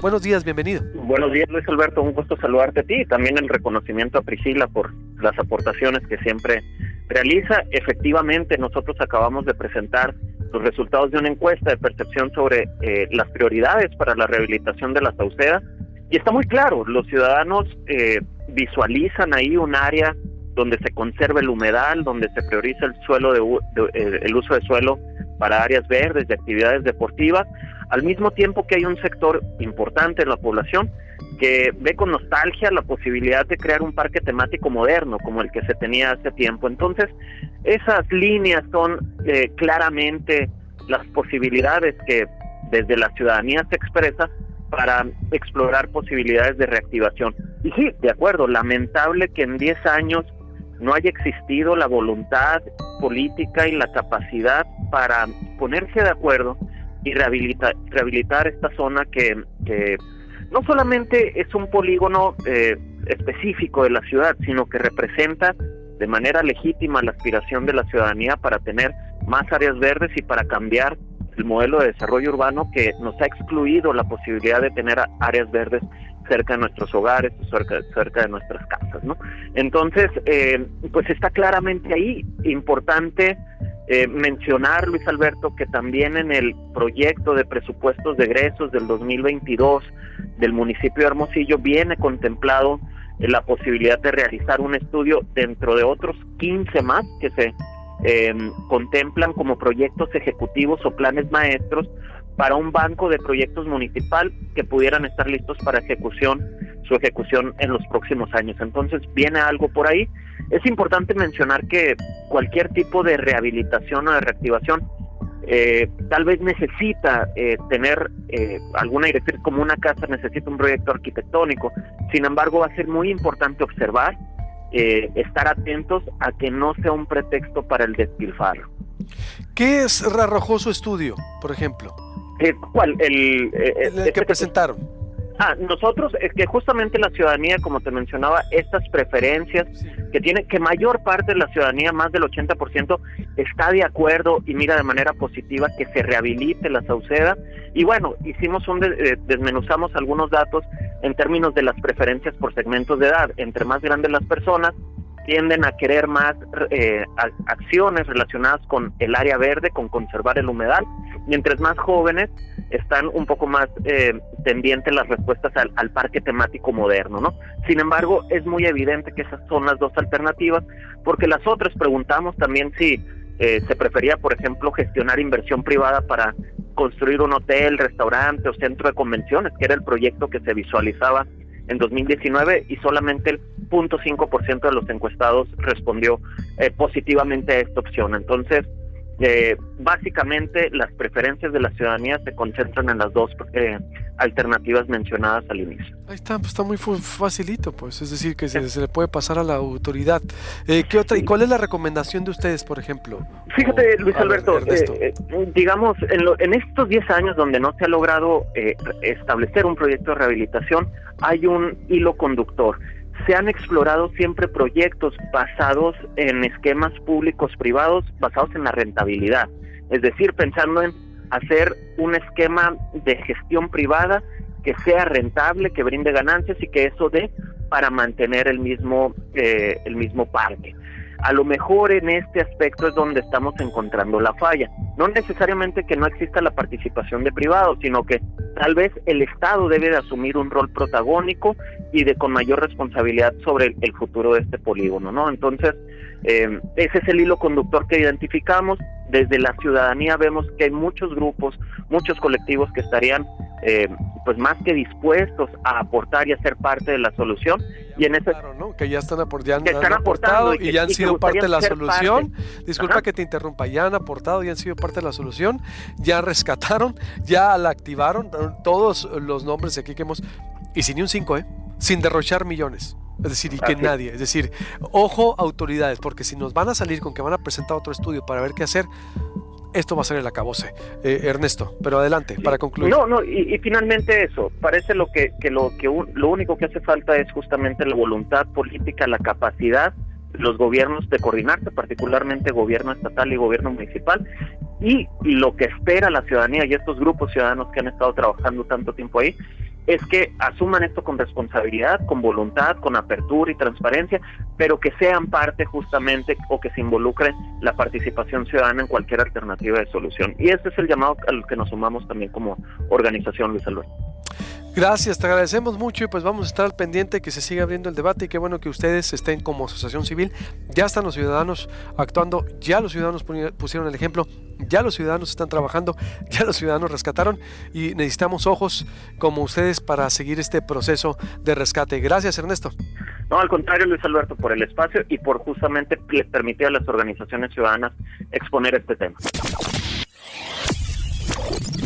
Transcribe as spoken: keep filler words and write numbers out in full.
Buenos días, bienvenido. Buenos días, Luis Alberto, un gusto saludarte a ti y también el reconocimiento a Priscila por las aportaciones que siempre realiza. Efectivamente, nosotros acabamos de presentar los resultados de una encuesta de percepción sobre eh, las prioridades para la rehabilitación de la Sauceda, y está muy claro, los ciudadanos eh, visualizan ahí un área donde se conserva el humedal, donde se prioriza el suelo de, de, el uso de suelo para áreas verdes, de actividades deportivas, al mismo tiempo que hay un sector importante en la población que ve con nostalgia la posibilidad de crear un parque temático moderno como el que se tenía hace tiempo. Entonces, esas líneas son eh, claramente las posibilidades que desde la ciudadanía se expresa para explorar posibilidades de reactivación. Y sí, de acuerdo, lamentable que en diez años no haya existido la voluntad política y la capacidad para ponerse de acuerdo y rehabilitar, rehabilitar esta zona que, que no solamente es un polígono eh, específico de la ciudad, sino que representa de manera legítima la aspiración de la ciudadanía para tener más áreas verdes y para cambiar el modelo de desarrollo urbano que nos ha excluido la posibilidad de tener áreas verdes cerca de nuestros hogares, cerca, cerca de nuestras casas, ¿no? Entonces, eh, pues está claramente ahí. Importante eh, mencionar, Luis Alberto, que también en el proyecto de presupuestos de egresos del dos mil veintidós del municipio de Hermosillo viene contemplado eh, la posibilidad de realizar un estudio dentro de otros quince más que se eh, contemplan como proyectos ejecutivos o planes maestros para un banco de proyectos municipal que pudieran estar listos para ejecución, su ejecución en los próximos años. Entonces viene algo por ahí. Es importante mencionar que cualquier tipo de rehabilitación o de reactivación eh, tal vez necesita eh, tener eh, alguna directriz, como una casa necesita un proyecto arquitectónico. Sin embargo, va a ser muy importante observar, eh, estar atentos a que no sea un pretexto para el despilfarro. ¿Qué es arrojó su estudio, por ejemplo? Eh, ¿Cuál? El, eh, el, el este que presentaron. Ah, nosotros, es que justamente la ciudadanía, como te mencionaba, estas preferencias sí. que tiene, que mayor parte de la ciudadanía, más del ochenta por ciento, está de acuerdo y mira de manera positiva que se rehabilite la Sauceda. Y bueno, hicimos un, de, desmenuzamos algunos datos en términos de las preferencias por segmentos de edad. Entre más grandes las personas, tienden a querer más eh, a, acciones relacionadas con el área verde, con conservar el humedal, mientras más jóvenes están un poco más eh, tendientes las respuestas al, al parque temático moderno, ¿no? Sin embargo, es muy evidente que esas son las dos alternativas, porque las otras preguntamos también si eh, se prefería, por ejemplo, gestionar inversión privada para construir un hotel, restaurante o centro de convenciones, que era el proyecto que se visualizaba en dos mil diecinueve, y solamente el cero punto cinco por ciento de los encuestados respondió eh, positivamente a esta opción. Entonces, eh, básicamente las preferencias de la ciudadanía se concentran en las dos eh, alternativas mencionadas al inicio. Ahí está, pues está muy facilito, pues, es decir, que se, se le puede pasar a la autoridad. Eh, ¿qué otra, ¿Y cuál es la recomendación de ustedes, por ejemplo? Fíjate, o, Luis Alberto, ver, eh, eh, digamos, en, lo, en estos diez años donde no se ha logrado eh, establecer un proyecto de rehabilitación, hay un hilo conductor. Se han explorado siempre proyectos basados en esquemas públicos-privados, basados en la rentabilidad. Es decir, pensando en hacer un esquema de gestión privada que sea rentable, que brinde ganancias y que eso dé para mantener el mismo, eh, el mismo parque. A lo mejor en este aspecto es donde estamos encontrando la falla. No necesariamente que no exista la participación de privados, sino que tal vez el Estado debe de asumir un rol protagónico y de con mayor responsabilidad sobre el, el futuro de este polígono, ¿no? Entonces, eh, ese es el hilo conductor que identificamos. Desde la ciudadanía vemos que hay muchos grupos, muchos colectivos que estarían eh, pues más que dispuestos a aportar y a ser parte de la solución. Y en ese claro, ¿no? Que ya están, aport ya han, que están han aportado y, que, y ya han y sido parte de la solución. Parte. Disculpa Ajá. que te interrumpa, ya han aportado y han sido parte de la solución, ya rescataron, ya la activaron, todos los nombres aquí que hemos, y sin ni un cinco, ¿eh? Sin derrochar millones. Es decir, y que Así. nadie, es decir, ojo autoridades, porque si nos van a salir con que van a presentar otro estudio para ver qué hacer, esto va a ser el acabose. Eh, Ernesto, pero adelante, sí. para concluir. No, no, y, y finalmente eso, parece lo que, que, lo, que un, lo único que hace falta es justamente la voluntad política, la capacidad de los gobiernos de coordinarse, particularmente gobierno estatal y gobierno municipal, y lo que espera la ciudadanía y estos grupos ciudadanos que han estado trabajando tanto tiempo ahí, es que asuman esto con responsabilidad, con voluntad, con apertura y transparencia, pero que sean parte justamente o que se involucre la participación ciudadana en cualquier alternativa de solución. Y este es el llamado al que nos sumamos también como organización, Luis Alberto. Gracias, te agradecemos mucho y pues vamos a estar al pendiente que se siga abriendo el debate y qué bueno que ustedes estén como asociación civil. Ya están los ciudadanos actuando, ya los ciudadanos pusieron el ejemplo, ya los ciudadanos están trabajando, ya los ciudadanos rescataron y necesitamos ojos como ustedes para seguir este proceso de rescate. Gracias, Ernesto. No, al contrario, Luis Alberto, por el espacio y por justamente permitir a las organizaciones ciudadanas exponer este tema.